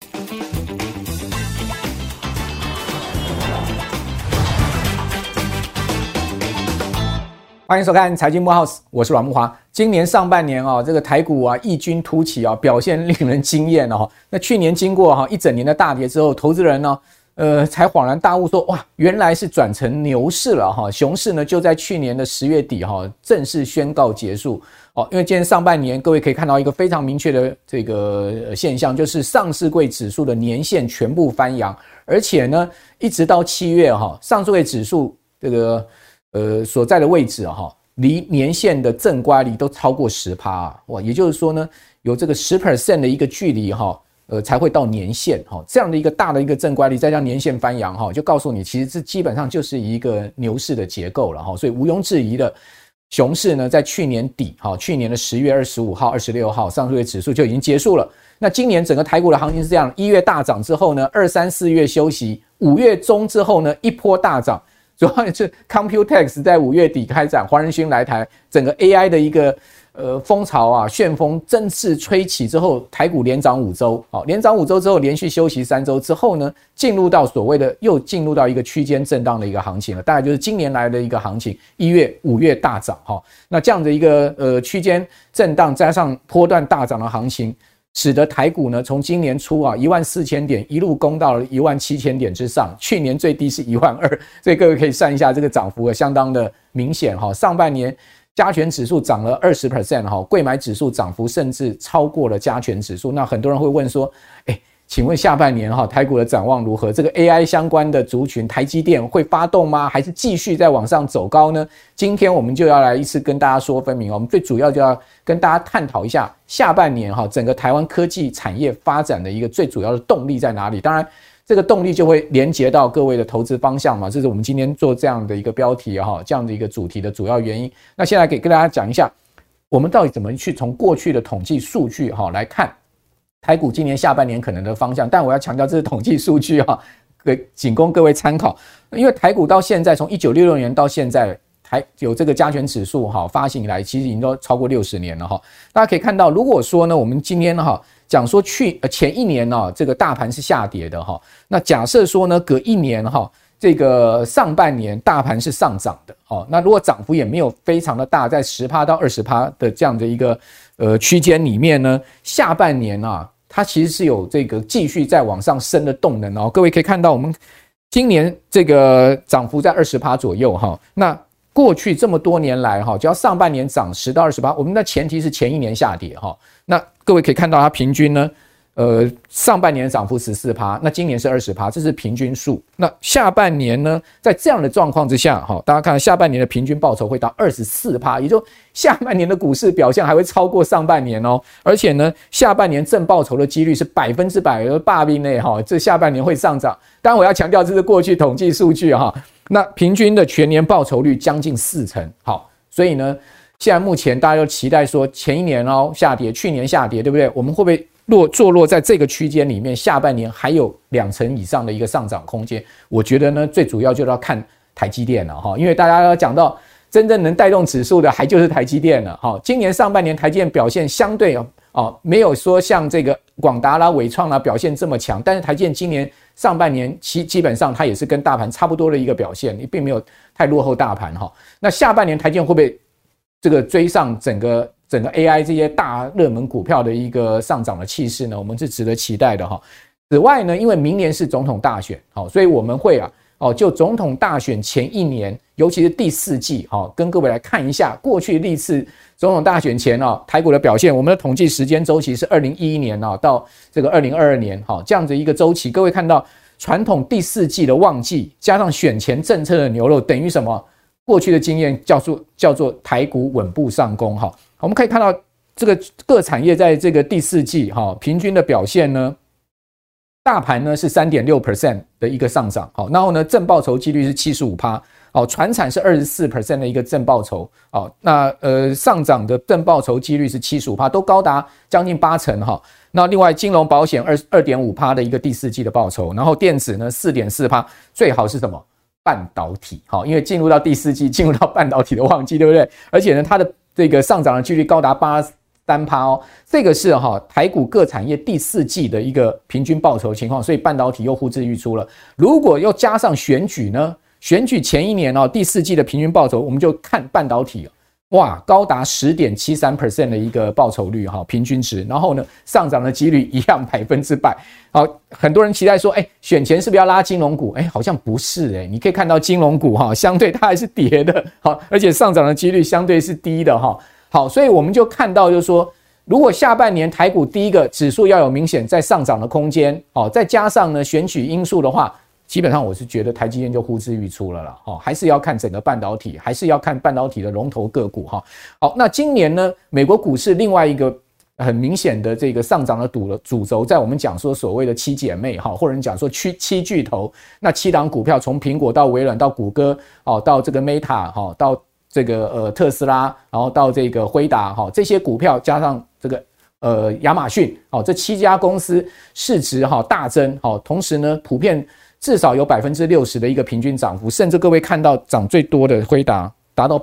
欢迎收看财经木 house， 我是阮慕骅。今年上半年这个台股异军突起表现令人惊艳那去年经过一整年的大跌之后，投资人呢才恍然大悟说，哇，原来是转成牛市了熊市呢就在去年的10月底正式宣告结束因为今年上半年各位可以看到一个非常明确的这个现象，就是上市柜指数的年线全部翻扬，而且呢一直到7月上市柜指数这个所在的位置离年线的正乖离都超过 10% 哇，也就是说呢有这个 10% 的一个距离才会到年线这样的一个大的一个正乖离，再加年线翻扬就告诉你其实这基本上就是一个牛市的结构了所以毋庸置疑的熊市呢在去年底去年的10月25号26号上市柜指数就已经结束了。那今年整个台股的行情是这样，1月大涨之后呢2、3、4月休息，5月中之后呢一波大涨，主要是 Computex 在5月底开展，黄仁勋来台，整个 AI 的一个风潮旋风正式吹起之后，台股连涨5周，连涨5周之后连续休息3周之后呢，进入到所谓的又进入到一个区间震荡的一个行情了，大概就是今年来的一个行情，1月、5月大涨那这样的一个区间震荡加上波段大涨的行情，使得台股呢从今年初14000点一路攻到了17000点之上，去年最低是12000，所以各位可以算一下这个涨幅相当的明显上半年加权指数涨了 20%， 柜买指数涨幅甚至超过了加权指数。那很多人会问说请问下半年台股的展望如何？这个 AI 相关的族群台积电会发动吗？还是继续再往上走高呢？今天我们就要来一次跟大家说分明我们最主要就要跟大家探讨一下下半年整个台湾科技产业发展的一个最主要的动力在哪里。当然这个动力就会连结到各位的投资方向嘛，这是我们今天做这样的一个标题这样的一个主题的主要原因。那现在给跟大家讲一下我们到底怎么去从过去的统计数据来看台股今年下半年可能的方向，但我要强调这是统计数据仅供各位参考。因为台股到现在从1966年到现在有这个加权指数发行以来，其实已经都超过60年了大家可以看到，如果说呢我们今天讲说前一年这个大盘是下跌的那假设说呢隔一年这个上半年大盘是上涨的那如果涨幅也没有非常的大，在 10% 到 20% 的这样的一个区间里面呢，下半年它其实是有这个继续再往上升的动能各位可以看到我们今年这个涨幅在 20% 左右那过去这么多年来只要上半年涨10到 20%， 我们的前提是前一年下跌那各位可以看到它平均呢上半年涨幅 14%， 那今年是 20%， 这是平均数。那下半年呢在这样的状况之下大家看下半年的平均报酬会到 24%， 也就下半年的股市表现还会超过上半年而且呢下半年正报酬的几率是100%的霸兵内这下半年会上涨。当然我要强调这是过去统计数据那平均的全年报酬率将近40%所以呢现在目前大家都期待说前一年下跌，去年下跌对不对？我们会不会坐落在这个区间里面，下半年还有2成以上的一个上涨空间？我觉得呢最主要就要看台积电了因为大家要讲到真正能带动指数的还就是台积电了今年上半年台积电表现相对没有说像这个广达啦、伟创啦表现这么强，但是台积电今年上半年基本上它也是跟大盘差不多的一个表现，并没有太落后大盘那下半年台积电会不会这个追上整个 AI 这些大热门股票的一个上涨的气势呢？我们是值得期待的此外呢，因为明年是总统大选所以我们会就总统大选前一年，尤其是第4季跟各位来看一下过去历次总统大选前台股的表现。我们的统计时间周期是2011年到这个2022年这样子一个周期。各位看到传统第4季的旺季加上选前政策的牛肉，等于什么？过去的经验叫做台股稳步上攻我们可以看到这个各产业在这个第4季平均的表现呢，大盘呢是 3.6% 的一个上涨然后呢正报酬几率是 75%传产是 24% 的一个正报酬那上涨的正报酬几率是 75%， 都高达将近80%那另外金融保险 2.5% 的一个第4季的报酬，然后电子呢 4.4%， 最好是什么？半导体因为进入到第4季，进入到半导体的旺季，对不对？而且呢它的这个上涨的几率高达 3%哦，这个是台股各产业第4季的一个平均报酬情况，所以半导体又呼之欲出了。如果又加上选举呢？选举前一年第4季的平均报酬，我们就看半导体哇，高达 10.73% 的一个报酬率平均值，然后呢上涨的几率一样100%。好，很多人期待说，选前是不是要拉金融股？好像不是你可以看到金融股相对它还是跌的，好，而且上涨的几率相对是低的好，所以我们就看到就是说，如果下半年台股第一个指数要有明显在上涨的空间，再加上呢选举因素的话，基本上我是觉得台积电就呼之欲出了啦，还是要看整个半导体，还是要看半导体的龙头个股好，那今年呢，美国股市另外一个很明显的这个上涨的主轴，在我们讲说所谓的7姐妹或者讲说7巨头，那7档股票从苹果到微软到谷歌到这个 Meta 到这个特斯拉，然后到这个辉达这些股票加上这个亚马逊这7家公司市值大增同时呢普遍至少有 60% 的一个平均涨幅，甚至各位看到涨最多的辉达达到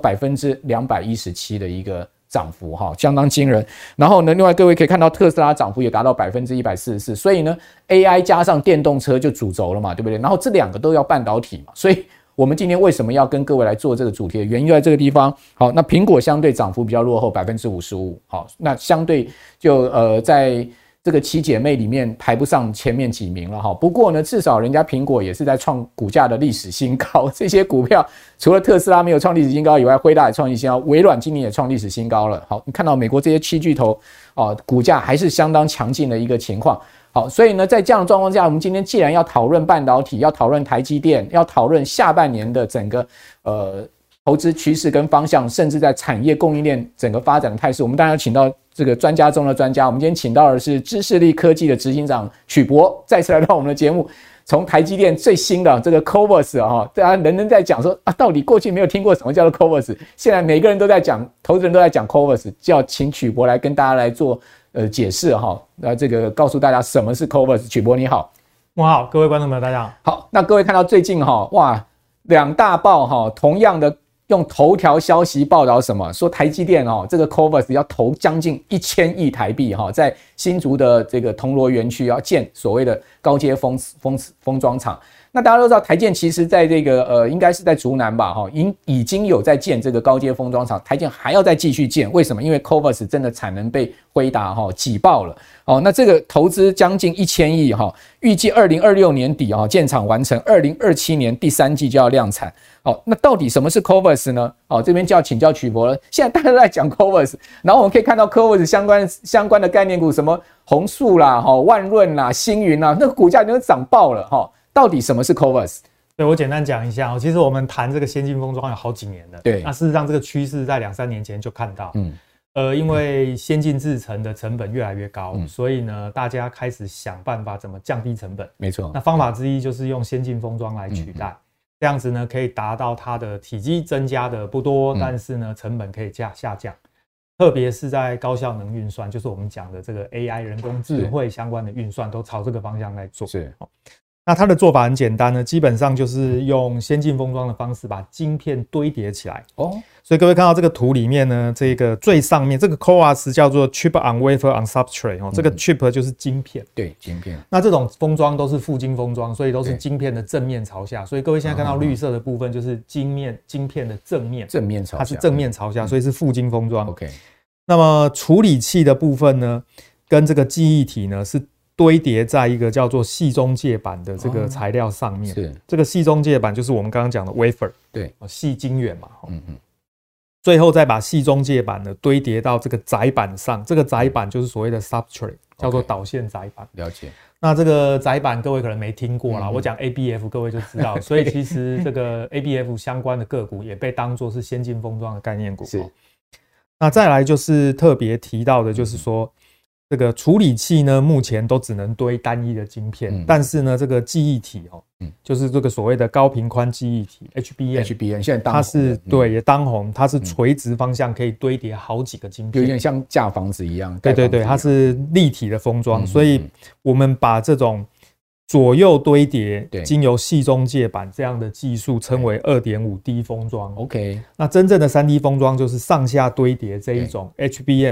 217% 的一个涨幅相当惊人。然后呢，另外各位可以看到特斯拉涨幅也达到 144%， 所以呢 AI 加上电动车就主轴了嘛，对不对？然后这两个都要半导体嘛，所以我们今天为什么要跟各位来做这个主题的原因就在这个地方。好，那苹果相对涨幅比较落后 55%， 好，那相对就在这个7姐妹里面排不上前面几名了不过呢，至少人家苹果也是在创股价的历史新高，这些股票除了特斯拉没有创历史新高以外，辉达也创历史新高，微软今年也创历史新高了。好，你看到美国这些7巨头股价还是相当强劲的一个情况。好，所以呢，在这样的状况下，我们今天既然要讨论半导体，要讨论台积电，要讨论下半年的整个投资趋势跟方向，甚至在产业供应链整个发展的态势，我们当然要请到这个专家中的专家。我们今天请到的是知识力科技的执行长曲博，再次来到我们的节目。从台积电最新的这个 CoWoS 大家人人在讲说到底过去没有听过什么叫做 CoWoS， 现在每个人都在讲，投资人都在讲 CoWoS， 就要请曲博来跟大家来做解释这个告诉大家什么是 CoWoS。曲博你好。 我好，各位观众朋友大家好。 好，那各位看到最近哇2大报同样的用头条消息报道什么？说台积电这个 CoWoS 要投将近1000亿台币在新竹的这个铜锣园区要建所谓的高阶封装厂。那大家都知道，台建其实在这个应该是在竹南吧已经有在建这个高阶封装厂，台建还要再继续建，为什么？因为 CoWoS 真的产能被辉达挤爆了那这个投资将近1000亿预计2026年底建厂完成，2027年第3季就要量产。那到底什么是 CoWoS 呢？这边就要请教曲博了。现在大家都在讲 CoWoS， 然后我们可以看到 CoWoS 相关的概念股，什么宏塑啦、万润啦、星云啦，那个股价已经涨爆了到底什么是 CoWoS？ 对，我简单讲一下其实我们谈这个先进封装有好几年了， 对， 那事实上这个趋势在2-3年前就看到，因为先进制程的成本越来越高，所以呢，大家开始想办法怎么降低成本。 没错， 那方法之一就是用先进封装来取代，这样子呢可以达到它的体积增加的不多，但是呢成本可以下降。特别是在高效能运算，就是我们讲的这个 AI 人工智慧相关的运算，都朝这个方向来做。 是。 那它的做法很简单呢，基本上就是用先进封装的方式把晶片堆叠起来。所以各位看到这个图里面呢，这个最上面这个 CoWoS 叫做 Chip on Wafer on Substrate，这个 Chip 就是晶片。 对，晶片。 那这种封装都是负晶封装，所以都是晶片的正面朝下。所以各位现在看到绿色的部分就是晶片的正面朝下，它是正面朝下，所以是负晶封装。 OK。 那么处理器的部分呢，跟这个记忆体呢是堆叠在一个叫做细中介板的这个材料上面。是，这个细中介板就是我们刚刚讲的 wafer， 对，细晶圆嘛。最后再把细中介板呢堆叠到这个载板上，这个载板就是所谓的 substrate， 叫做导线载板。了解。那这个载板各位可能没听过啦，我讲 ABF 各位就知道，所以其实这个 ABF 相关的个股也被当作是先进封装的概念股。是。那再来就是特别提到的，就是说这个处理器呢，目前都只能堆单一的晶片，但是呢，这个记忆体就是这个所谓的高频宽记忆体 HBM 现在当红，它是对也当红，它是垂直方向可以堆叠好几个晶片， 有点像架房子一样。 对对对，它是立体的封装，所以我们把这种左右堆叠经由细中介板这样的技术称为 2.5D 封装。OK， 那真正的 3D 封装就是上下堆叠这一种 HBM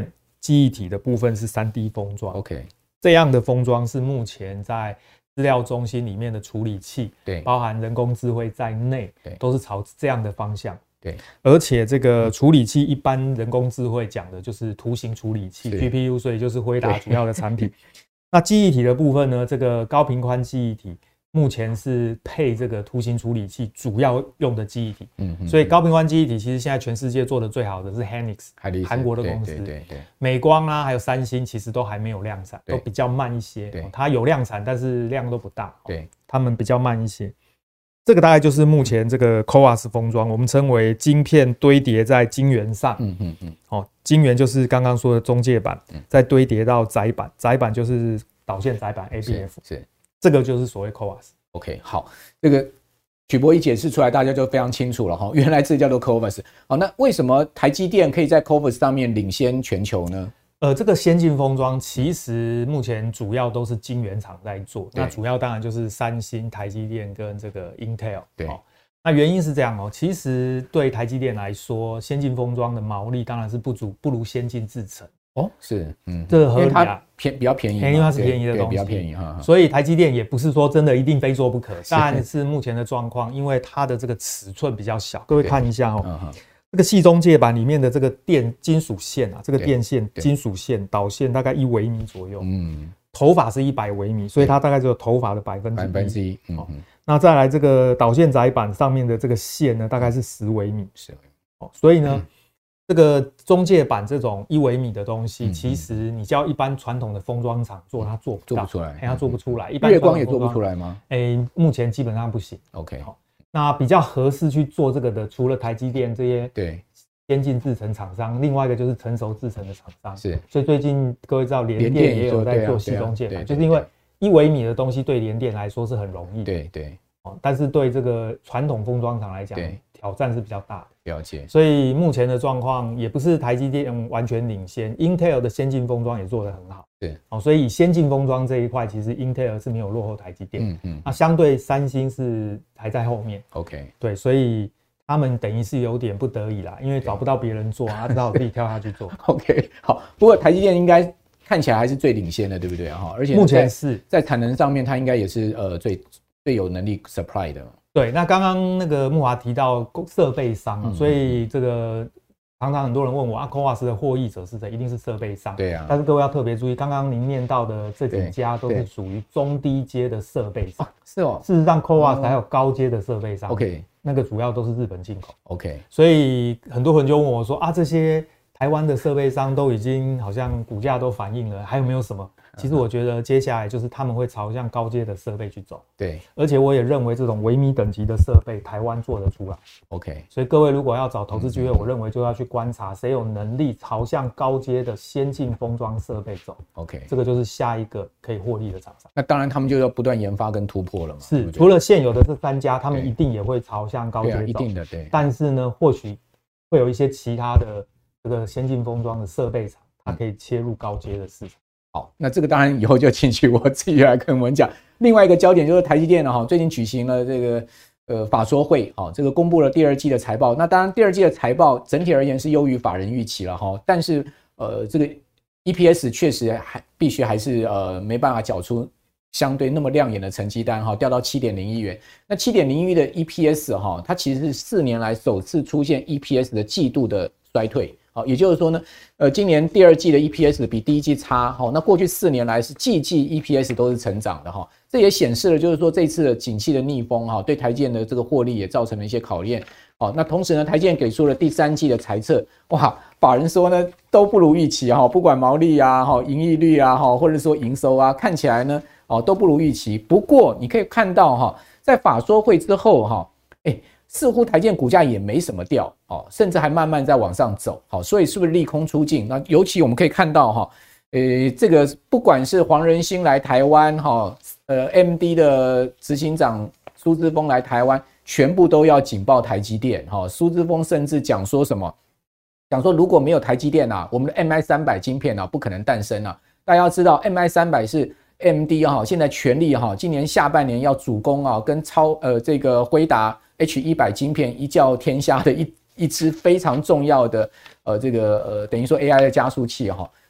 记忆体的部分是 3D 封装。 OK， 这样的封装是目前在资料中心里面的处理器， 对， 包含人工智慧在内，都是朝这样的方向。 对， 而且这个处理器一般人工智慧讲的就是图形处理器 GPU， 所以就是辉达主要的产品。那记忆体的部分呢，这个高频宽记忆体目前是配这个图形处理器主要用的记忆体。所以高频宽记忆体其实现在全世界做的最好的是 Hynix， 韩国的公司。对，美光啊还有三星其实都还没有量产，都比较慢一些。它有量产，但是量都不大。对，他们比较慢一些。这个大概就是目前这个 CoWoS 封装，我们称为晶片堆叠在晶圆上。晶圆就是刚刚说的中介板，再堆叠到载板，载板就是导线载板 ABF。是，这个就是所谓 CoWoS。OK， 好，这个曲博一解释出来，大家就非常清楚了哈。原来这叫做 CoWoS。好，那为什么台积电可以在 CoWoS 上面领先全球呢？ 这个先进封装其实目前主要都是晶圆厂在做，那主要当然就是三星、台积电跟这个 Intel。对，那原因是这样哦，其实对台积电来说，先进封装的毛利当然是不如先进制程。 是， 这合理啊， 比较便宜， 因为它是便宜的东西， 比较便宜哈。 所以台积电也不是说真的一定非做不可，但是目前的状况，因为它的这个尺寸比较小，各位看一下哦。这个细中介板里面的这个金属线啊，这个电线、金属线、导线大概1微米左右，头发是100微米，所以它大概只有头发的1%。那再来这个导线载板上面的这个线呢，大概是10微米。所以呢，这个中介板这种1微米的东西，其实你叫一般传统的封装厂做，它做不出来，它做不出来。一般月光也做不出来吗？ 目前基本上不行。 OK。 那比较合适去做这个的，除了台积电这些先进制程厂商，另外一个就是成熟制程的厂商。是，所以最近各位知道联电也有在做细中介板，就是因为1微米的东西对联电来说是很容易。对，但是对这个传统封装厂来讲，挑战是比较大的。 了解。 所以目前的状况也不是台积电完全领先 ，Intel 的先进封装也做得很好。所以以先进封装这一块，其实 Intel 是没有落后台积电。那相对三星是还在后面。 OK， 对，所以他们等于是有点不得已啦，因为找不到别人做，他只好自己跳下去做。 OK， 好，不过台积电应该看起来还是最领先的，对不对？而且目前是在产能上面，它应该也是最有能力 supply 的。 对，那刚刚那个慕骅提到设备商，所以这个常常很多人问我CoWoS 的获益者是谁？一定是设备商。 对啊。 但是各位要特别注意，刚刚您念到的这几家都是属于中低阶的设备商。 是哦。 事实上 CoWoS 还有高阶的设备商。 OK。 那个主要都是日本进口。 OK。 所以很多人就问我说这些台湾的设备商都已经好像股价都反映了，还有没有什么？其实我觉得接下来就是他们会朝向高阶的设备去走。对，而且我也认为这种微米等级的设备，台湾做得出来。 OK， 所以各位如果要找投资机会，我认为就要去观察谁有能力朝向高阶的先进封装设备走。 OK， 这个就是下一个可以获利的厂商。 那当然，他们就要不断研发跟突破了嘛。 是，除了现有的这3家，他们一定也会朝向高阶走。 一定的，对。 但是呢，或许会有一些其他的这个先进封装的设备厂，它可以切入高阶的市场。 好，那这个当然以后就进去我自己来跟我们讲。另外一个焦点就是台积电最近举行了这个法说会，这个公布了第2季的财报。那当然第2季的财报整体而言是优于法人预期了哈，但是这个 EPS 确实必须还是没办法缴出相对那么亮眼的成绩单哈，掉到 7.01 元。那 7.01 的 EPS 它其实是4年来首次出现 EPS 的季度的衰退。也就是说呢，今年第2季的 EPS 比第1季差，那过去4年来是季 EPS 都是成长的哈，这也显示了就是说这一次的景气的逆风对台积电的这个获利也造成了一些考验。那同时呢，台积电给出了第3季的财测，法人说呢都不如预期不管毛利啊、盈利率啊、或者说营收啊，看起来呢都不如预期。不过你可以看到在法说会之后似乎台积电股价也没什么掉，甚至还慢慢在往上走，所以是不是利空出尽？那尤其我们可以看到这个不管是黄仁勋来台湾MD 的执行长苏姿丰来台湾，全部都要警报台积电。苏姿丰甚至讲说什么？讲说如果没有台积电我们的 MI300 晶片不可能诞生。大家要知道 MI300 是 MD 现在全力今年下半年要主攻跟这个辉达H100 晶片一较天下的一支非常重要的这个等于说 AI 的加速器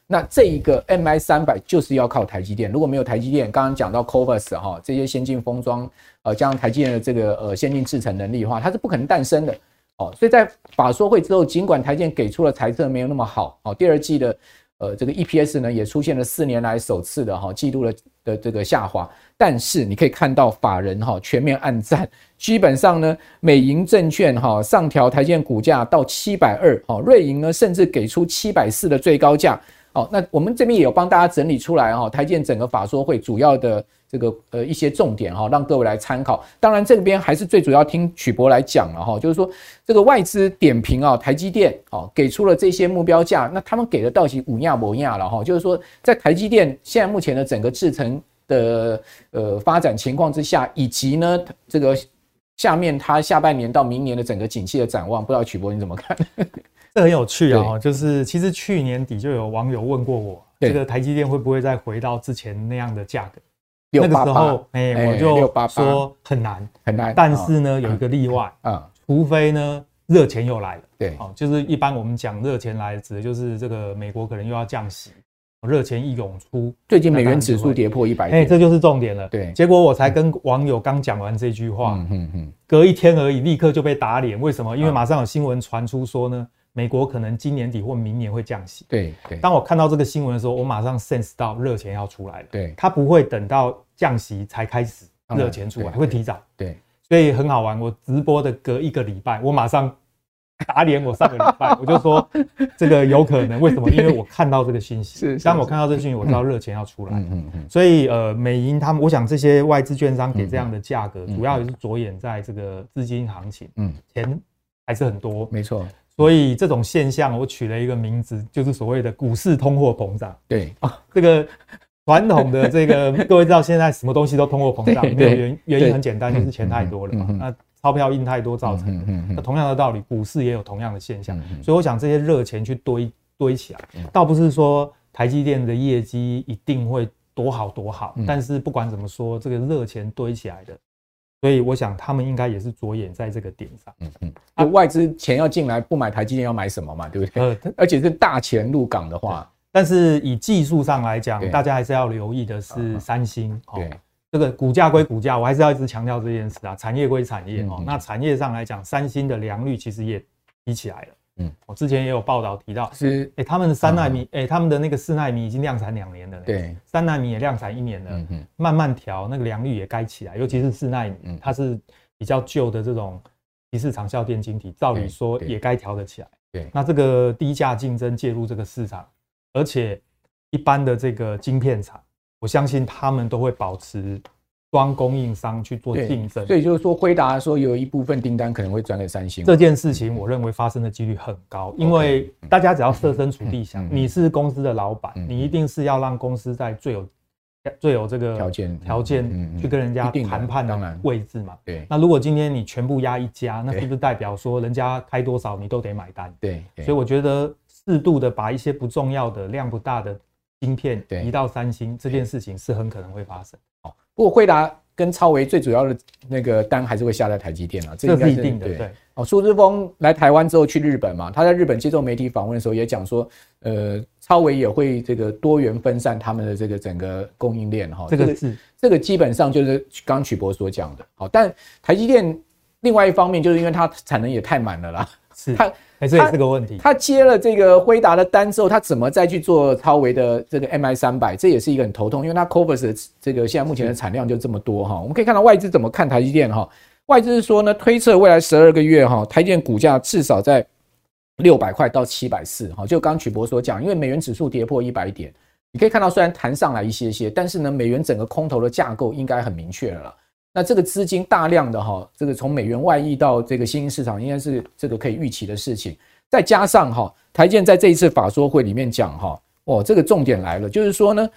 那这一个 MI300 就是要靠台积电，如果没有台积电，刚刚讲到 CoWoS 哈，这些先进封装，加上台积电的这个先进制程能力的话，它是不可能诞生的。所以在法说会之后，尽管台积电给出了财测没有那么好，第二季的这个 EPS 呢也出现了4年来首次的季度的这个下滑，但是你可以看到法人全面按赞，基本上呢美银证券上调台积电股价到720，瑞银呢甚至给出740的最高价。那我们这边也有帮大家整理出来台积电整个法说会主要的这个一些重点让各位来参考。当然这边还是最主要听曲博来讲了就是说这个外资点评台积电给出了这些目标价，那他们给的到底有样没样了就是说在台积电现在目前的整个制程的发展情况之下，以及呢这个下面它下半年到明年的整个景气的展望，不知道曲博你怎么看？ 这很有趣就是其实去年底就有网友问过我，这个台积电会不会再回到之前那样的价格？那个时候我就说很难，但是呢有一个例外除非呢热钱又来了，对，就是一般我们讲热钱来指的就是这个美国可能又要降息，热钱一涌出， 最近美元指数跌破100点， 这就是重点了。对，结果我才跟网友刚讲完这句话，隔一天而已，立刻就被打脸。为什么？因为马上有新闻传出说呢，美国可能今年底或明年会降息。对，当我看到这个新闻的时候，我马上 sense 到热钱要出来了。对，它不会等到降息才开始热钱出来，会提早。对，所以很好玩。我直播的隔一个礼拜，我马上打脸我上个礼拜，我就说这个有可能。为什么？因为我看到这个信息，当我看到这个讯息，我知道热钱要出来。所以美银他们，我想这些外资券商给这样的价格，主要也是着眼在这个资金行情，钱还是很多，没错。所以这种现象，我取了一个名字，就是所谓的股市通货膨胀。对这个传统的这个，各位知道现在什么东西都通货膨胀，原因很简单，就是钱太多了嘛。那钞票印太多造成的。那同样的道理，股市也有同样的现象。所以我想这些热钱去堆起来，倒不是说台积电的业绩一定会多好，但是不管怎么说，这个热钱堆起来的。所以我想他们应该也是着眼在这个点上。 外资钱要进来，不买台积电要买什么嘛？对不对？而且是大钱入港的话， 但是以技术上来讲，大家还是要留意的是三星。对，这个股价归股价，我还是要一直强调这件事啊。产业归产业那产业上来讲，三星的良率其实也提起来了。我之前也有报道提到，是他们的3奈米，他们的那个4奈米已经量产2年了，对，3奈米也量产1年了，慢慢调，那个良率也该起来，尤其是4奈米，它是比较旧的这种极市场效电晶体，照理说也该调得起来。对，那这个低价竞争介入这个市场，而且一般的这个晶片厂，我相信他们都会保持双供应商去做竞争， 所以就是说，辉达说有一部分订单可能会转给三星。 这件事情，我认为发生的几率很高，因为大家只要设身处地想，你是公司的老板，你一定是要让公司在最有这个条件去跟人家谈判的位置嘛。对。那如果今天你全部压一家，那是不是代表说人家开多少你都得买单？对。所以我觉得适度的把一些不重要的、量不大的晶片移到三星，这件事情是很可能会发生。 不过辉达跟超微最主要的那个单还是会下在台积电啊， 这是一定的。对， 苏之峰来台湾之后去日本嘛，他在日本接受媒体访问的时候也讲说，超微也会这个多元分散他们的这个整个供应链哈。这个基本上就是刚刚曲博所讲的。好，但台积电另外一方面就是因为它产能也太满了啦， 这也是个问题。 他接了这个辉达的单之后，他怎么再去做超微的这个 MI300？这也是一个很头痛，因为他 CoWoS 的这个现在目前的产量就这么多哈。我们可以看到外资怎么看台积电哈？外资是说呢，推测未来12个月哈，台积电股价至少在600块到740哈。就刚刚曲博所讲，因为美元指数跌破100点，你可以看到虽然弹上来一些，但是呢，美元整个空头的架构应该很明确了啦。那这个资金大量的这个从美元外溢到这个新兴市场，应该是这个可以预期的事情。再加上台积电在这一次法说会里面讲这个重点来了，就是说呢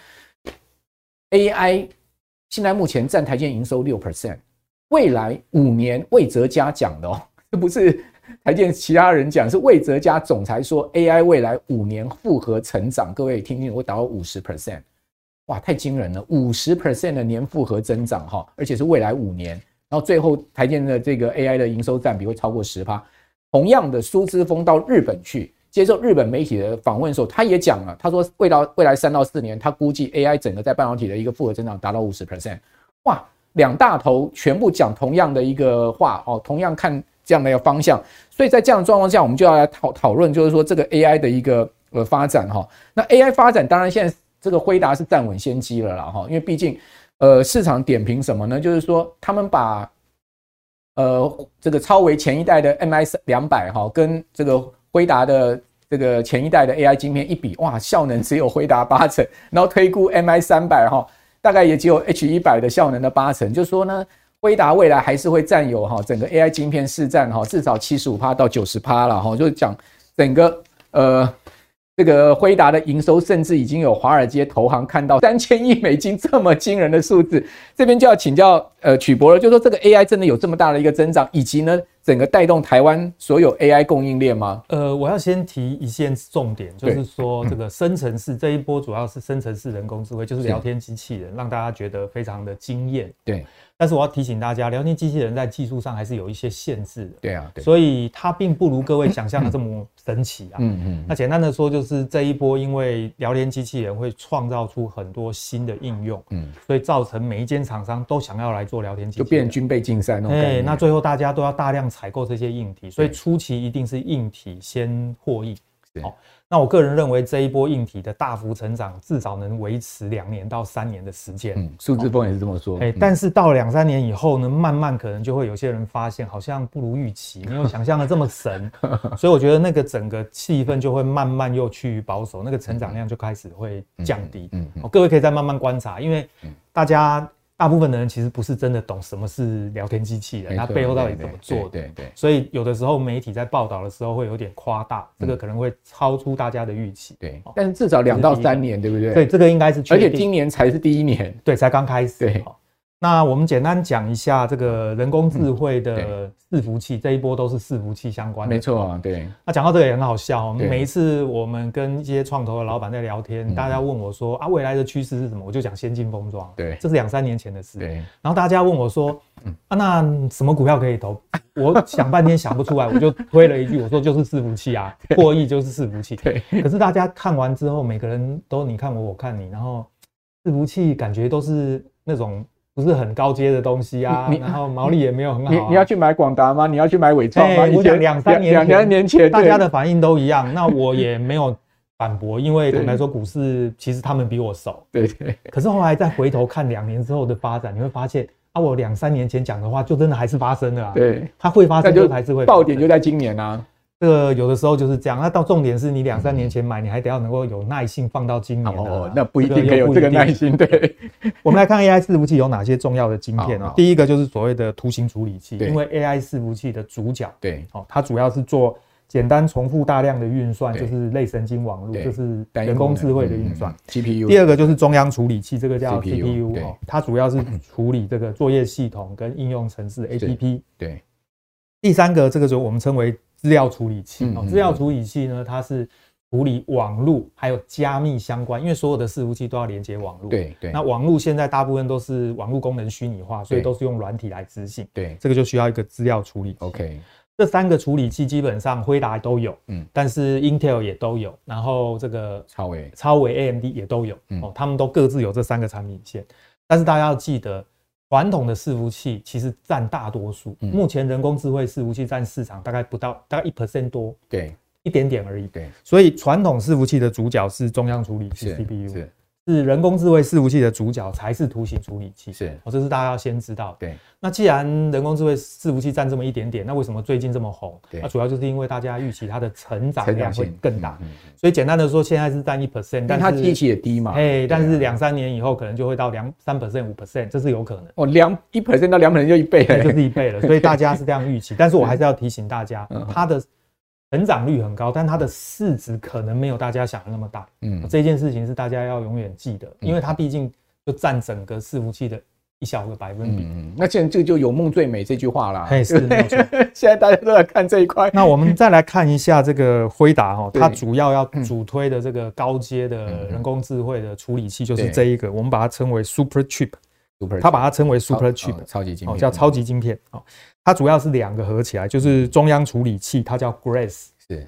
，AI 现在目前占台积电营收 6%， 未来5年魏哲家讲的这不是台积电其他人讲，是魏哲家总裁说 AI 未来5年复合成长，各位听听会达到 50%。哇，太惊人了 ！50% 的年复合增长而且是未来5年，然后最后台积电的这个 AI 的营收占比会超过10%。同样的，苏之峰到日本去接受日本媒体的访问的时候，他也讲了，他说未来3到4年，他估计 AI 整个在半导体的一个复合增长达到 50%。哇，两大头全部讲同样的一个话哦，同样看这样的一个方向，所以在这样的状况下，我们就要来讨论，就是说这个 AI 的一个发展哈。那 AI 发展当然现在这个辉达是站稳先机了啦哈，因为毕竟市场点评什么呢？就是说他们把这个超微前一代的 MI200 哈跟这个辉达的这个前一代的 AI 晶片一比，哇，效能只有辉达80%，然后推估 MI300 哈。大概也只有 H100的效能的80%，就是说呢，辉达未来还是会占有整个 AI 晶片市占至少 75% 到 90% 了就是讲整个这个辉达的营收，甚至已经有华尔街投行看到3000亿美金这么惊人的数字。这边就要请教曲博了，就是说这个 AI 真的有这么大的一个增长，以及呢整个带动台湾所有 AI 供应链吗？ 我要先提一件重点，就是说这个生成式这一波主要是生成式人工智慧，就是聊天机器人，让大家觉得非常的惊艳。对。但是我要提醒大家，聊天机器人在技术上还是有一些限制的。对啊，对，所以它并不如各位想象的这么神奇啊。那简单的说，就是这一波因为聊天机器人会创造出很多新的应用，所以造成每一间厂商都想要来做聊天机器人， 就变成军备竞赛那种概念。 那最后大家都要大量采购这些硬体，所以初期一定是硬体先获益。那我个人认为这一波硬体的大幅成长至少能维持2年到3年的时间。 数字峰也是这么说。 但是到了2、3年以后呢，慢慢可能就会有些人发现好像不如预期，没有想象的这么神，所以我觉得那个整个气氛就会慢慢又趋于保守，那个成长量就开始会降低。各位可以再慢慢观察，因为大部分的人其实不是真的懂什么是聊天机器人，它背后到底怎么做的。所以有的时候媒体在报道的时候会有点夸大，这个可能会超出大家的预期。对， 但是至少2到3年，对不对？ 对，这个应该是确定。 而且今年才是第1年， 对，才刚开始。 对。 那我们简单讲一下这个人工智慧的伺服器，这一波都是伺服器相关的。 没错啊，对。 那讲到这个也很好笑，每一次我们跟一些创投的老板在聊天，大家问我说啊，未来的趋势是什么？我就讲先进封装。对，这是2、3年前的事。对。然后大家问我说，那什么股票可以投？我想半天想不出来，我就推了一句，我说就是伺服器啊，获益就是伺服器。对。可是大家看完之后，每个人都你看我，我看你，然后伺服器感觉都是那种不是很高阶的东西啊，然后毛利也没有很好、 你要去买广达吗？你要去买伟创吗？ 我讲2、3年前大家的反应都一样，那我也没有反驳，因为坦白说股市其实他们比我熟。对。可是后来再回头看2年之后的发展，你会发现啊，我2、3年前讲的话就真的还是发生了啊。对，它会发生就还是会发生。 爆点就在今年啊。 这个有的时候就是这样，那到重点是你2、3年前买，你还得要能够有耐性放到今年的。 那不一定可以有这个耐心。对， 我们来看 AI 伺服器有哪些重要的晶片啊？第一个就是所谓的图形处理器，因为 AI 伺服器的主角，它主要是做简单重复大量的运算，就是类神经网络，就是人工智慧的运算。 GPU。 第二个就是中央处理器，这个叫 CPU， 它主要是处理这个作业系统跟应用程式 APP。对。第三个，这个就我们称为资料处理器。资料处理器呢，它是处理网路还有加密相关，因为所有的伺服器都要连接网路。对。那网路现在大部分都是网路功能虚拟化，所以都是用软体来执行。对。这个就需要一个资料处理器。OK。这3个处理器基本上辉达都有，但是 Intel 也都有，然后这个超微 AMD 也都有。他们都各自有这3个产品线。但是大家要记得，传统的伺服器其实占大多数，目前人工智慧伺服器占市场大概大概 1% 多，对，一点点而已。对，所以传统伺服器的主角是中央处理器 CPU， 是人工智慧伺服器的主角才是图形处理器。是，这是大家要先知道。对，那既然人工智慧伺服器占这么一点点，那为什么最近这么红？那主要就是因为大家预期它的成长量会更大。所以简单的说，现在是占 1%， 但它基期也低嘛。但是2、3年以后可能就会到3%、5%，这是有可能。 1% 到2%就1倍了， 就是1倍了。所以大家是这样预期，但是我还是要提醒大家，它的成长率很高，但它的市值可能没有大家想的那么大。这件事情是大家要永远记得，因为它毕竟就占整个伺服器的1小个百分比。 那现在这就有梦最美这句话啦。 是没有错。 现在大家都在看这一块。 那我们再来看一下这个辉达它主要主推的这个高阶的人工智慧的处理器就是这一个，我们把它称为 Super Chip。它把它称为 Super Chip， 超级晶片， 叫超级晶片。它主要是2个合起来，就是中央处理器，它叫 Grace，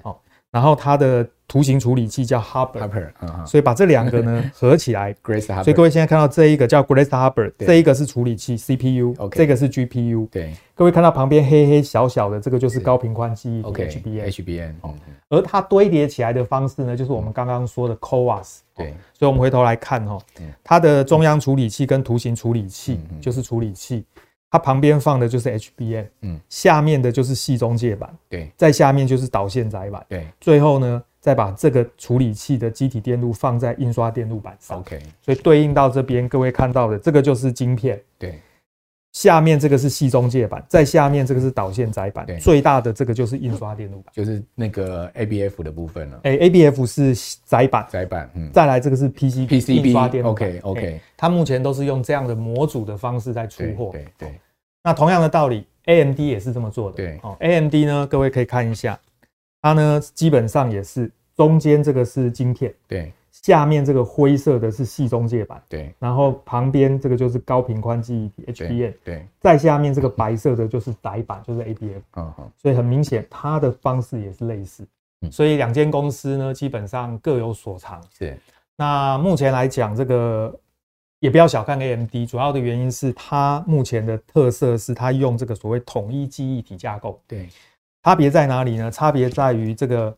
然后它的图形处理器叫 Hopper， 所以把这两个呢合起来 Grace Hopper， 所以各位现在看到这一个叫 Grace Hopper， 这一个是处理器 CPU， 这个是 GPU。 对， 各位看到旁边黑黑小小的这个就是高频宽记忆体 HBM， 而它堆叠起来的方式呢，就是我们刚刚说的 CoWoS。对，所以我们回头来看它的中央处理器跟图形处理器就是处理器。它旁边放的就是 HBM， 下面的就是系中介板，对，再下面就是导线载板，对，最后呢，再把这个处理器的基体电路放在印刷电路板上， OK， 所以对应到这边各位看到的这个就是晶片，对，下面这个是系中介板，再下面这个是导线载板，最大的这个就是印刷电路板， 就是那个 ABF 的部分了。 ABF 是载板，再来这个是 PCB 印刷电路板。 OK， 它目前都是用这样的模组的方式在出货。对。那同样的道理 ，AMD 也是这么做的。对，AMD 呢，各位可以看一下，它呢基本上也是中间这个是晶片，对。下面这个灰色的是系中介板，对，然后旁边这个就是高频宽记忆体 HBM， 对，再下面这个白色的就是载板，就是 ABF， 所以很明显它的方式也是类似，所以两间公司呢基本上各有所长。是，那目前来讲，这个也不要小看 AMD， 主要的原因是它目前的特色是它用这个所谓统一记忆体架构，对，差别在哪里呢？差别在于这个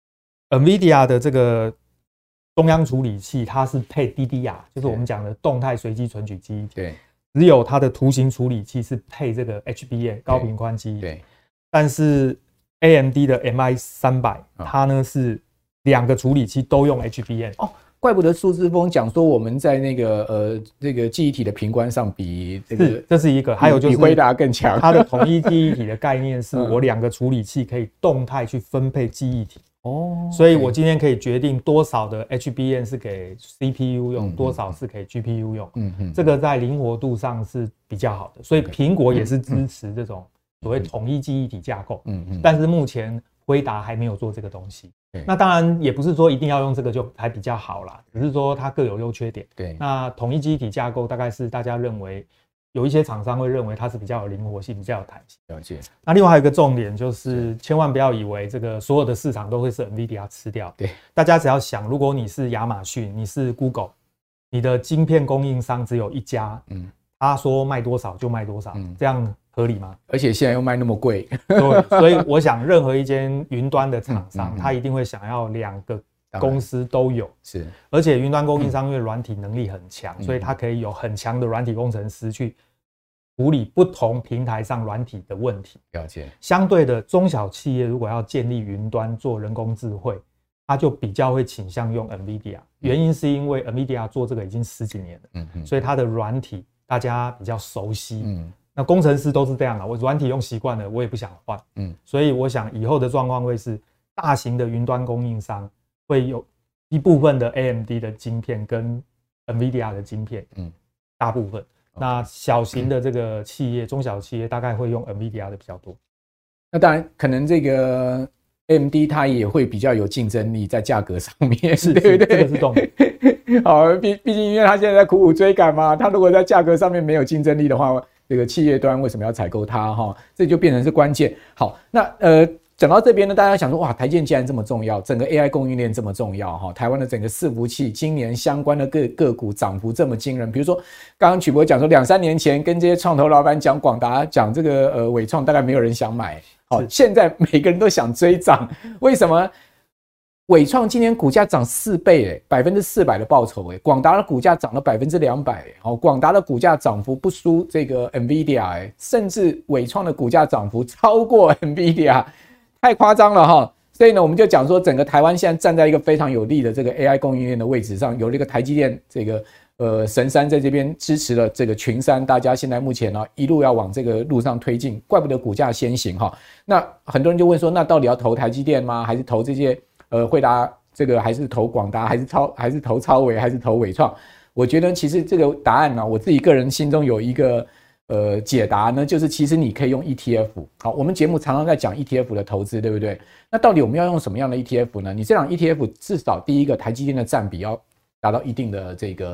NVIDIA 的这个中央处理器它是配 DDR， 就是我们讲的动态随机存取记忆体。对，只有它的图形处理器是配这个 HBM 高频宽记忆体。对，但是 AMD 的 MI300， 它呢是两个处理器都用 HBM。 哦，怪不得苏之峰讲说我们在那个这个记忆体的频宽上比这是一个，还有就是比辉达更强。 它的统一记忆体的概念是我两个处理器可以动态去分配记忆体。所以我今天可以决定多少的 HBM 是给 CPU 用，多少是给 GPU 用。这个在灵活度上是比较好的。所以苹果也是支持这种所谓统一记忆体架构。但是目前辉达还没有做这个东西。那当然也不是说一定要用这个就还比较好啦，只是说它各有优缺点。对，那统一记忆体架构大概是大家认为。有一些厂商会认为它是比较有灵活性、比较有弹性。了解。那另外还有一个重点就是，千万不要以为这个所有的市场都会是 NVIDIA 吃掉。对。大家只要想，如果你是亚马逊，你是 Google， 你的晶片供应商只有一家，他说卖多少就卖多少，这样合理吗？ 而且现在又卖那么贵。 对。所以我想，任何一间云端的厂商，他一定会想要两个公司都有。是。而且云端供应商因为软体能力很强，所以他可以有很强的软体工程师去处理不同平台上软体的问题。了解。相对的，中小企业如果要建立云端做人工智慧，它就比较会倾向用 NVIDIA。原因是因为 NVIDIA 做这个已经10几年了，所以它的软体大家比较熟悉。那工程师都是这样啊，我软体用习惯了，我也不想换。所以我想以后的状况会是，大型的云端供应商会有一部分的 AMD 的晶片跟 NVIDIA 的晶片，大部分。那小型的这个企业、中小企业大概会用 NVIDIA 的比较多。 那当然，可能这个 AMD 它也会比较有竞争力在价格上面， 是对不对？ 这个是重点。 好，毕竟因为它现在在苦苦追赶嘛，它如果在价格上面没有竞争力的话，这个企业端为什么要采购它？哈，这就变成是关键。好，那讲到这边呢，大家想说，哇，台积电既然这么重要，整个 AI 供应链这么重要，哈，台湾的整个伺服器今年相关的个股涨幅这么惊人，比如说刚刚曲博讲说，2-3年前跟这些创投老板讲广达讲这个伟创，大概没有人想买，好，现在每个人都想追涨，为什么？伟创今年股价涨4倍，400%的报酬，广达的股价涨了200%，好，广达的股价涨幅不输这个 NVIDIA， 甚至伟创的股价涨幅超过 NVIDIA。太夸张了哈，所以呢，我们就讲说，整个台湾现在站在一个非常有利的这个 AI 供应链的位置上，有这个台积电这个神山在这边支持了这个群山，大家现在目前呢一路要往这个路上推进，怪不得股价先行哈。那很多人就问说，那到底要投台积电吗？还是投这些辉达这个，还是投广达，还是投超微，还是投伟创？我觉得其实这个答案呢，我自己个人心中有一个。解答呢，就是其实你可以用 ETF。好，我们节目常常在讲 ETF 的投资，对不对？那到底我们要用什么样的 ETF 呢？你这档 ETF 至少第一个，台积电的占比要达到一定的这个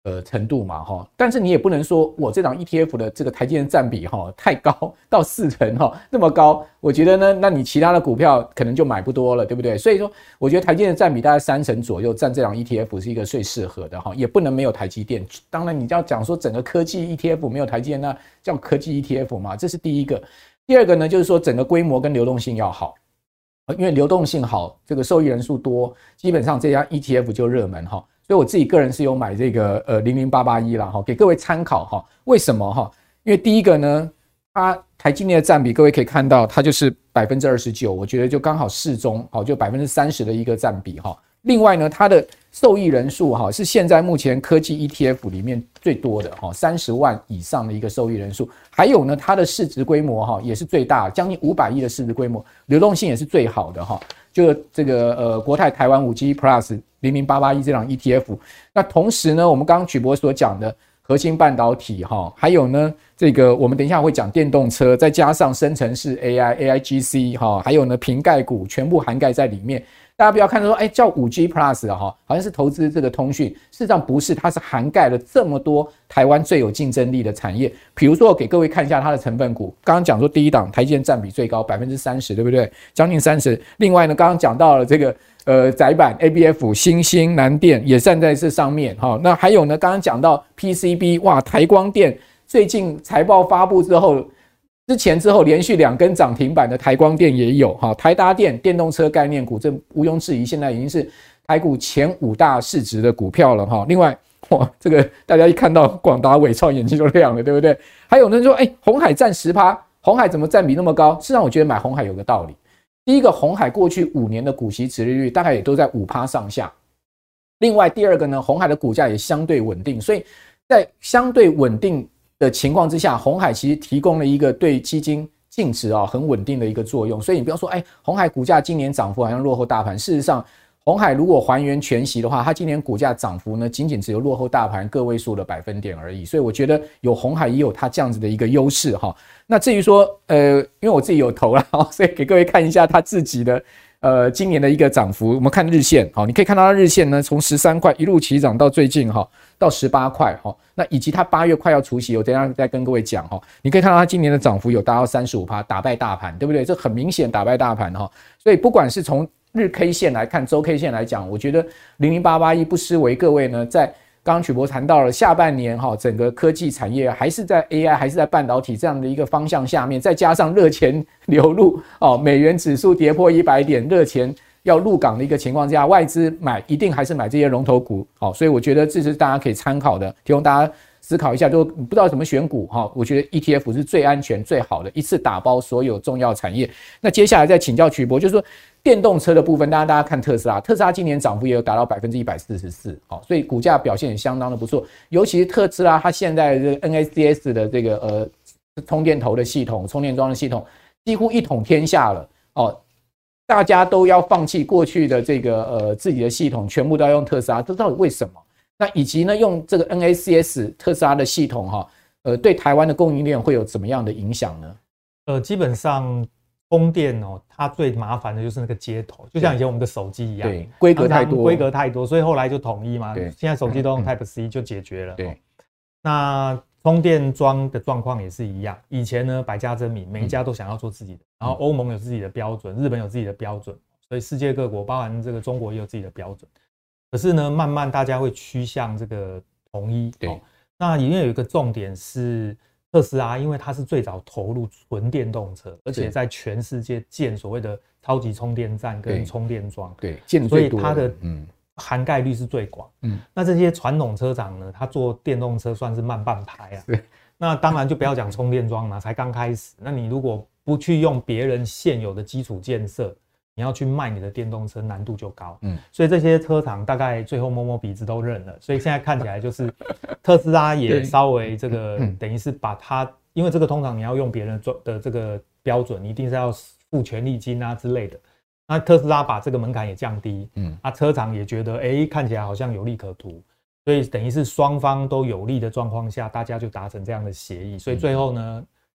程度嘛哈，但是你也不能说我这档 ETF 的这个台积电占比哈太高到40%哈，那么高，我觉得呢，那你其他的股票可能就买不多了，对不对？所以说，我觉得台积电的占比大概30%左右，占这档 ETF 是一个最适合的哈，也不能没有台积电。当然，你要讲说整个科技 ETF 没有台积电，那叫科技 ETF 嘛，这是第一个。第二个呢，就是说整个规模跟流动性要好，因为流动性好，这个受益人数多，基本上这家 ETF 就热门哈。所以我自己个人是有买这个00881啦哈，给各位参考哈。为什么哈？因为第一个呢，它台积电的占比，各位可以看到，它就是29%，我觉得就刚好适中，好，就30%的一个占比哈。另外呢，它的受益人数哈是现在目前科技 ETF 里面最多的哈，30万以上的一个受益人数。还有呢，它的市值规模哈也是最大，将近500亿的市值规模，流动性也是最好的哈。就这个国泰台湾 5G Plus 00881这档 ETF， 那同时呢，我们刚刚曲博所讲的核心半导体哈，还有呢这个我们等一下会讲电动车，再加上生成式 AI、AIGC 哈，还有呢瓶盖股全部涵盖在里面。大家不要看说，叫 5G Plus 哈，好像是投资这个通讯，事实上不是，它是涵盖了这么多台湾最有竞争力的产业。比如说，我给各位看一下它的成分股。刚刚讲说第一档台积电占比最高30%，对不对？将近30%。另外呢，刚刚讲到了这个载板 ABF、新兴、南电也站在这上面哈。那还有呢，刚刚讲到 PCB， 哇，台光电最近财报发布之后。之后连续2根涨停板的台光电也有哈，台达电电动车概念股，这毋庸置疑，现在已经是台股前5大市值的股票了哈。另外，哇，这个大家一看到广达、伟创眼睛就亮了，对不对？还有人说，鸿海占10%，鸿海怎么占比那么高？事实上，我觉得买鸿海有个道理。第一个，鸿海过去5年的股息殖利率大概也都在5%上下。另外，第二个呢，鸿海的股价也相对稳定，所以在相对稳定的情况之下，鸿海其实提供了一个对基金净值很稳定的一个作用。所以你不要说，鸿海股价今年涨幅好像落后大盘。事实上，鸿海如果还原全息的话，它今年股价涨幅呢，仅仅只有落后大盘个位数的百分点而已。所以我觉得有鸿海也有它这样子的一个优势哈。那至于说，因为我自己有投了，所以给各位看一下它自己的。今年的一个涨幅，我们看日线，好，你可以看到它日线呢，从13块一路起涨到最近到18块，那以及它8月快要除息，我等一下再跟各位讲，你可以看到它今年的涨幅有达到35%，打败大盘，对不对？这很明显打败大盘，所以不管是从日 K 线来看，周 K 线来讲，我觉得00881不失为各位呢在。刚刚曲博谈到了下半年整个科技产业还是在 AI 还是在半导体这样的一个方向下面，再加上热钱流入美元指数跌破100点，热钱要入港的一个情况之下，外资一定还是买这些龙头股，所以我觉得这是大家可以参考的，提供大家思考一下，就不知道怎么选股我觉得 ETF 是最安全最好的，一次打包所有重要产业。那接下来再请教曲博，就是说电动车的部分，大家看特斯拉今年涨幅也有达到144%，所以股价表现也相当的不错。尤其是特斯拉，它现在这个 NACS 的这个充电头的系统、充电桩的系统几乎一统天下了大家都要放弃过去的这个自己的系统，全部都要用特斯拉，这到底为什么？那以及呢，用这个 NACS 特斯拉的系统对台湾的供应链会有怎么样的影响呢？ 基本上充电它最麻烦的就是那个接头，就像以前我们的手机一样， 对，规格太多， 所以后来就统一嘛。对，现在手机都用 Type C 就解决了。对，那充电桩的状况也是一样，以前呢百家争鸣，每一家都想要做自己的，然后欧盟有自己的标准，日本有自己的标准，所以世界各国，包含这个中国也有自己的标准。可是呢，慢慢大家会趋向这个统一。对，那里面有一个重点是特斯拉，因为它是最早投入纯电动车，而且在全世界建所谓的超级充电站跟充电桩， 对， 所以它的涵盖率是最广。那这些传统车厂呢，它做电动车算是慢半拍啊。那当然就不要讲充电桩嘛，才刚开始。那你如果不去用别人现有的基础建设，你要去卖你的电动车难度就高，所以这些车厂大概最后摸摸鼻子都认了，所以现在看起来就是特斯拉也稍微这个等于是把它，因为这个通常你要用别人的这个标准，你一定是要付权利金啊之类的，那特斯拉把这个门槛也降低，车厂也觉得看起来好像有利可图，所以等于是双方都有利的状况下，大家就达成这样的协议，所以最后呢，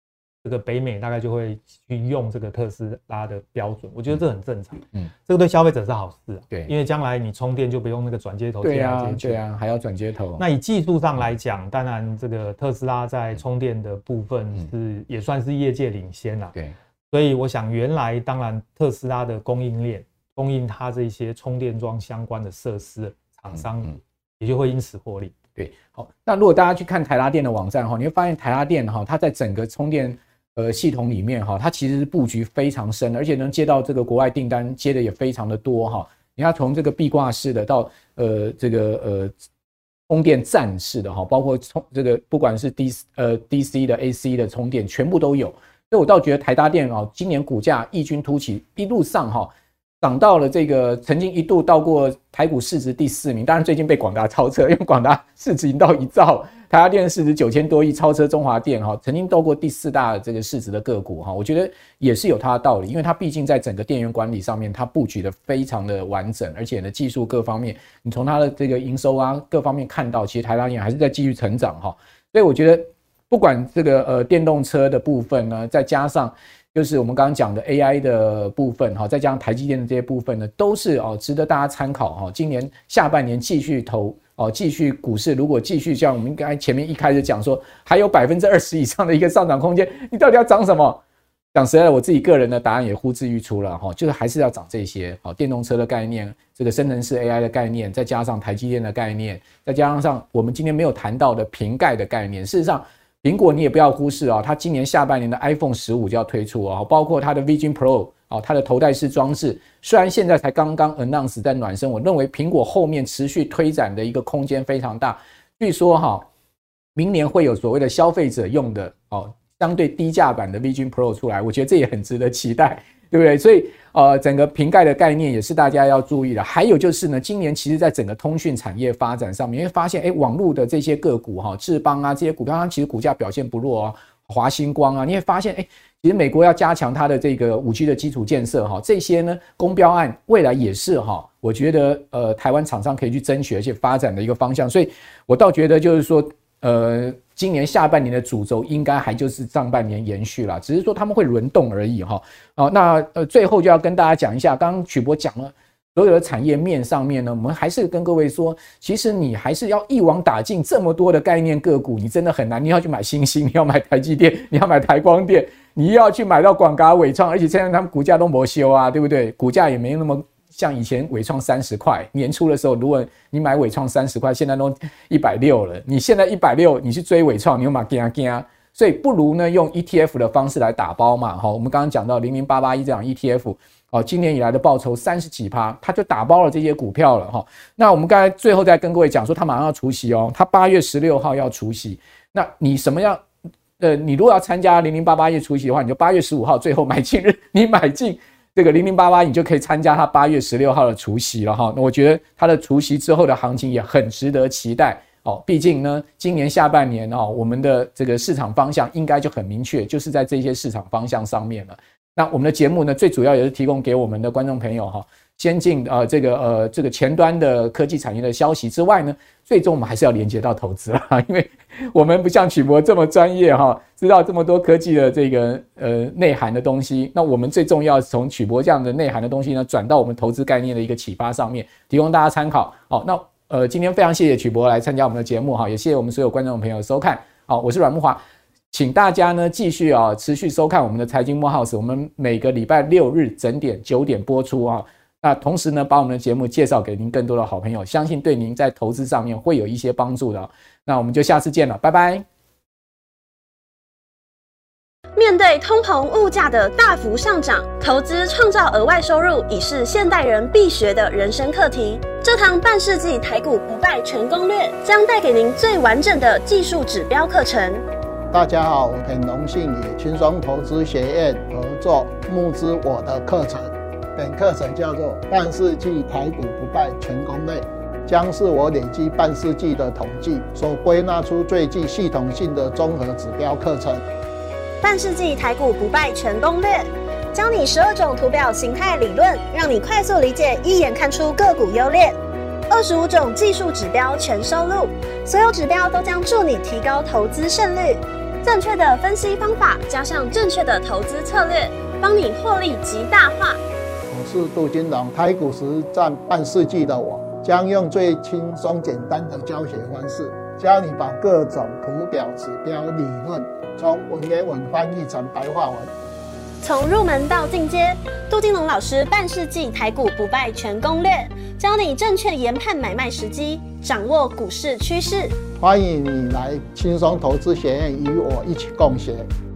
这个北美大概就会去用这个特斯拉的标准，我觉得这很正常。这个对消费者是好事啊。对，因为将来你充电就不用那个转接头接来接去。 对啊，还要转接头。 那以技术上来讲，当然这个特斯拉在充电的部分也算是业界领先啦。对，所以我想原来当然特斯拉的供应链供应它这些充电桩相关的设施厂商也就会因此获利。 对，好，那如果大家去看台达电的网站，你会发现台达电它在整个充电系统里面它其实是布局非常深，而且能接到这个国外订单接的也非常的多你看从这个壁挂式的到这个充电站式的包括这个不管是 DC 的 AC 的充电全部都有，所以我倒觉得台达电今年股价异军突起，一路上涨到了这个曾经一度到过台股市值第4名，当然最近被广达超车，因为广达市值已经到1兆，台达电市值9000多亿，超车中华电曾经到过第4大这个市值的个股我觉得也是有它的道理，因为它毕竟在整个电源管理上面它布局的非常的完整，而且呢技术各方面你从它的这个营收啊各方面看到，其实台达电还是在继续成长所以我觉得不管这个电动车的部分呢，再加上就是我们刚刚讲的 AI 的部分再加上台积电的这些部分呢，都是值得大家参考今年下半年继续继续股市如果继续像我们刚才前面一开始讲说还有20%以上的一个上涨空间，你到底要涨什么？讲实在的，我自己个人的答案也呼之欲出了就是还是要涨这些电动车的概念，这个生成式 AI 的概念，再加上台积电的概念，再加上我们今天没有谈到的瓶盖的概念。事实上苹果你也不要忽视它今年下半年的 iPhone 15就要推出包括它的 Vision Pro 它的头戴式装置，虽然现在才刚刚 announce 在暖身，我认为苹果后面持续推展的一个空间非常大。据说明年会有所谓的消费者用的相对低价版的 Vision Pro 出来，我觉得这也很值得期待，对不对？所以整个瓶盖的概念也是大家要注意的。还有就是呢，今年其实在整个通讯产业发展上面，你会发现网络的这些个股智邦啊这些股票，它其实股价表现不弱华星光啊，你会发现其实美国要加强它的这个 5G 的基础建设这些呢公标案未来也是我觉得台湾厂商可以去争取而且发展的一个方向。所以我倒觉得就是说今年下半年的主轴应该还就是上半年延续啦，只是说他们会轮动而已那最后就要跟大家讲一下，刚刚曲博讲了所有的产业面上面呢，我们还是跟各位说，其实你还是要一网打尽这么多的概念个股，你真的很难。你要去买星星，你要买台积电，你要买台光电，你要去买到广达、伟创，而且现在他们股价都没修啊，对不对？股价也没那么像以前伟创30块，年初的时候，如果你买伟创30块，现在都160了。你现在160，你去追伟创，你又买惊，所以不如呢用 ETF 的方式来打包嘛。我们刚刚讲到00881这样 ETF。今年以来的报酬30几%，他就打包了这些股票了那我们刚才最后再跟各位讲说，他马上要除息他8月16号要除息。那你什么样？你如果要参加0088除息的话，你就8月15号最后买进日，你买进这个0088，你就可以参加他8月16号的除息了那我觉得他的除息之后的行情也很值得期待毕竟呢，今年下半年我们的这个市场方向应该就很明确，就是在这些市场方向上面了。那我们的节目呢，最主要也是提供给我们的观众朋友先进这个前端的科技产业的消息之外呢，最终我们还是要连接到投资因为我们不像曲博这么专业知道这么多科技的这个内涵的东西。那我们最重要是从曲博这样的内涵的东西呢，转到我们投资概念的一个启发上面，提供大家参考。那今天非常谢谢曲博来参加我们的节目也谢谢我们所有观众朋友的收看。我是阮慕骅。请大家呢继续持续收看我们的财经慕 House， 我们每个礼拜6日整点9点播出那同时呢，把我们的节目介绍给您更多的好朋友，相信对您在投资上面会有一些帮助的那我们就下次见了，拜拜。 面对通膨物价的大幅上涨，投资创造额外收入已是现代人必学的人生课题。这堂半世纪台股不败全攻略将带给您最完整的技术指标课程。 大家好，我很荣幸与轻松投资学院合作募资我的课程。本课程叫做半世纪台股不败全攻略，将是我累积半世纪的统计所归纳出最具系统性的综合指标课程。 半世纪台股不败全攻略，教你12种图表形态理论，让你快速理解，一眼看出个股优劣。25种技术指标全收录，所有指标都将助你提高投资胜率。 正确的分析方法加上正确的投资策略，帮你获利极大化。 我是杜金龙，台股实战半世纪的我，将用最轻松简单的教学方式，教你把各种图表、指标、理论从文言文翻译成白话文。 从入门到进阶，杜金龙老师半世纪台股不败全攻略，教你正确研判买卖时机，掌握股市趋势。 欢迎你来轻松投资学院与我一起共学。